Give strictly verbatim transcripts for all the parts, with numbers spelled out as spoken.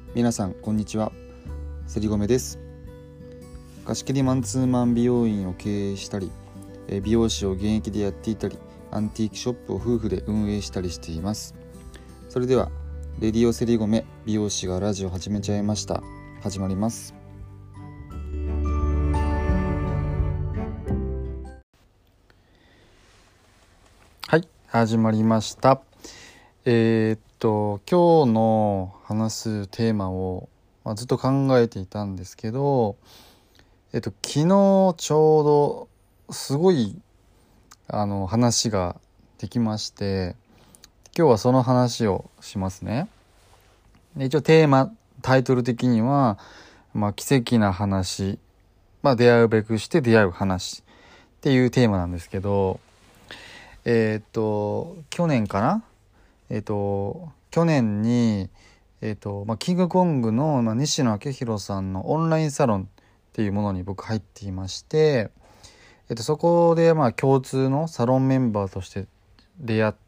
皆さんこんにちは、せりごめです。貸し切りマンツーマン美容院を経営したり、美容師を現役でやっていたり、アンティークショップを夫婦で運営したりしています。それではレディオせりごめ美容師がラジオ始めちゃいました。始まります。はい、始まりました。えー、っと今日の話すテーマを、まあ、ずっと考えていたんですけど、えっと昨日ちょうどすごいあの話ができまして、今日はその話をしますね。で一応テーマタイトル的には、まあ、奇跡な話、まあ、出会うべくして出会う話っていうテーマなんですけど、えっと去年かなえっと去年に、えっとまあ、キングコングの、まあ、西野昭弘さんのオンラインサロンっていうものに僕入っていまして、えっと、そこでまあ共通のサロンメンバーとして出会った、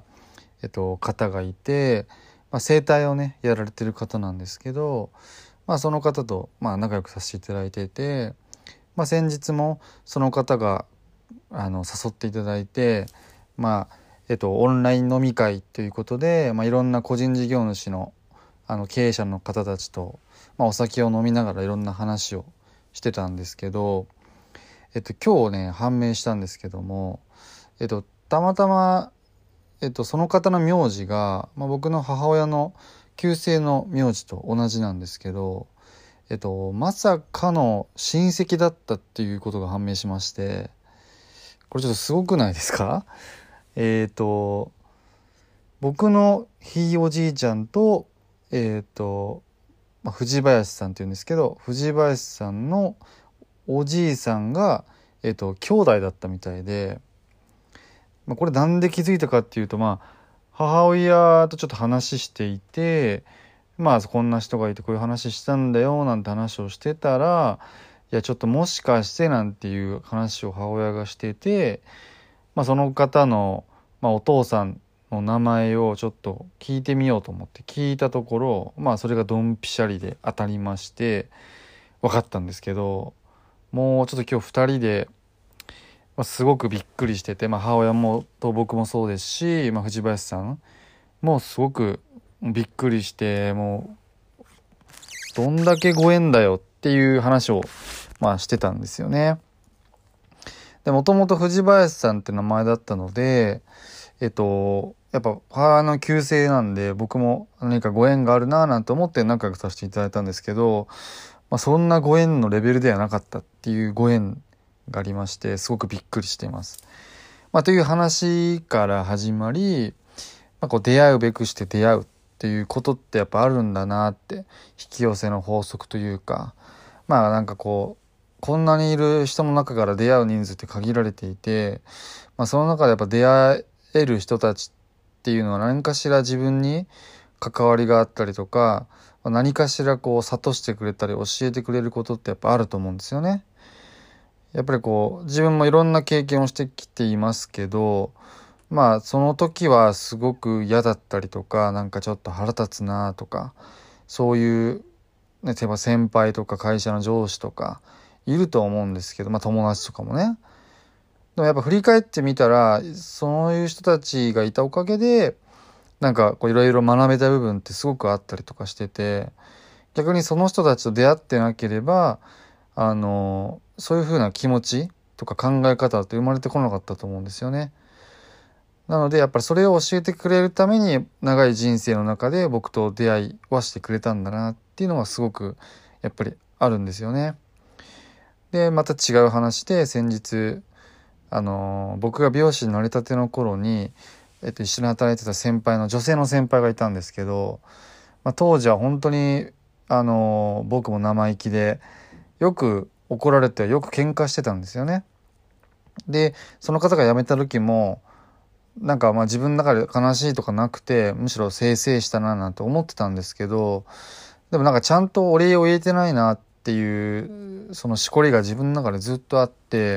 えっと、方がいて、まあ、整体をねやられてる方なんですけど、まあ、その方とまあ仲良くさせていただいていて、まあ、先日もその方があの誘っていただいて、まあえっと、オンライン飲み会ということで、まあ、いろんな個人事業主の、あの経営者の方たちと、まあ、お酒を飲みながらいろんな話をしてたんですけど、えっと、今日ね判明したんですけども、えっと、たまたま、えっと、その方の名字が、まあ、僕の母親の旧姓の名字と同じなんですけど、えっと、まさかの親戚だったっていうことが判明しまして、これちょっとすごくないですか？えっと僕のひいおじいちゃんと、えっと、まあ、藤林さんっていうんですけど、藤林さんのおじいさんが、えっと、兄弟だったみたいで、まあ、これなんで気づいたかっていうと、まあ、母親とちょっと話していて、まあ、こんな人がいてこういう話したんだよなんて話をしてたら、いや、ちょっともしかしてなんていう話を母親がしてて、まあ、その方の、まあ、お父さんの名前をちょっと聞いてみようと思って聞いたところ、まあ、それがドンピシャリで当たりまして分かったんですけど、もうちょっと今日ふたりで、まあ、すごくびっくりしてて、まあ、母親もと僕もそうですし、まあ、藤林さんもすごくびっくりして、もうどんだけご縁だよっていう話を、まあ、してたんですよね。で、もともと藤林さんって名前だったので、えっと、やっぱ母の旧姓なんで僕も何かご縁があるなぁなんて思って仲良くさせていただいたんですけど、まあ、そんなご縁のレベルではなかったっていうご縁がありまして、すごくびっくりしています。まあ、という話から始まり、まあ、こう出会うべくして出会うっていうことってやっぱあるんだなって、引き寄せの法則というか、まあなんかこうこんなにいる人の中から出会う人数って限られていて、まあ、その中でやっぱ出会える人たちっていうのは何かしら自分に関わりがあったりとか、何かしらこう諭してくれたり教えてくれることってやっぱあると思うんですよね。やっぱりこう自分もいろんな経験をしてきていますけど、まあその時はすごく嫌だったりとか、なんかちょっと腹立つなとか、そういう、ね、例えば先輩とか会社の上司とかいると思うんですけど、まあ友達とかもね。でもやっぱ振り返ってみたら、そういう人たちがいたおかげでなんかこういろいろ学べた部分ってすごくあったりとかしてて、逆にその人たちと出会ってなければ、あのそういう風な気持ちとか考え方って生まれてこなかったと思うんですよね。なのでやっぱりそれを教えてくれるために長い人生の中で僕と出会いはしてくれたんだなっていうのはすごくやっぱりあるんですよね。でまた違う話で、先日あの僕が美容師になりたての頃に、えっと、一緒に働いてた先輩の女性の先輩がいたんですけど、まあ、当時は本当にあの僕も生意気でよく怒られてよく喧嘩してたんですよね。でその方が辞めた時もなんかまあ自分の中で悲しいとかなくて、むしろ清々したななんて思ってたんですけど、でもなんかちゃんとお礼を言えてないなっていうそのしこりが自分の中でずっとあって、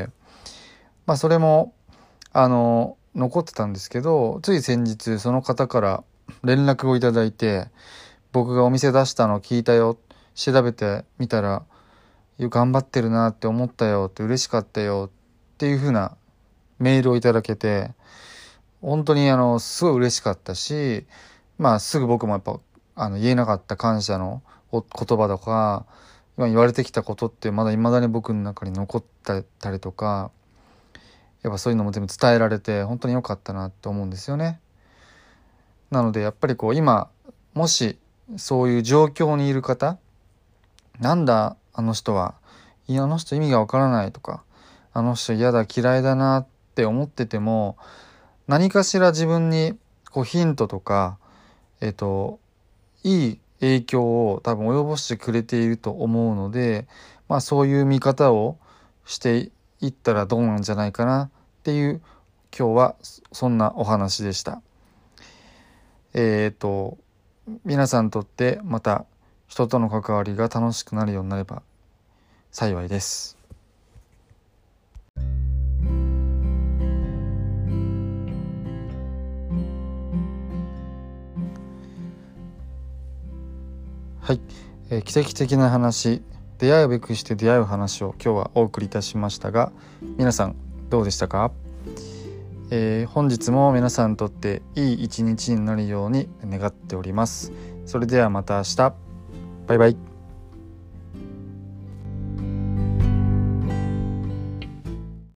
まあそれもあの残ってたんですけど、つい先日その方から連絡をいただいて、 僕がお店出したの聞いたよ、調べてみたら頑張ってるなって思ったよって嬉しかったよっていう風なメールをいただけて、本当にあのすごい嬉しかったし、まあすぐ僕もやっぱあの言えなかった感謝の言葉とか、今言われてきたことってまだ未だに僕の中に残ってたりとか、やっぱそういうのも全部伝えられて本当に良かったなって思うんですよね。なのでやっぱりこう今もしそういう状況にいる方、なんだあの人は、いやあの人意味がわからないとか、あの人嫌だ嫌いだなって思ってても、何かしら自分にこうヒントとか、えっといい影響を多分及ぼしてくれていると思うので、まあそういう見方をしていったらどうなんじゃないかなっていう、今日はそんなお話でした。えっと皆さんにとってまた人との関わりが楽しくなるようになれば幸いです。はい、えー、奇跡的な話、出会うべくして出会う話を今日はお送りいたしましたが、皆さんどうでしたか？えー、本日も皆さんにとっていい一日になるように願っております。それではまた明日。バイバイ。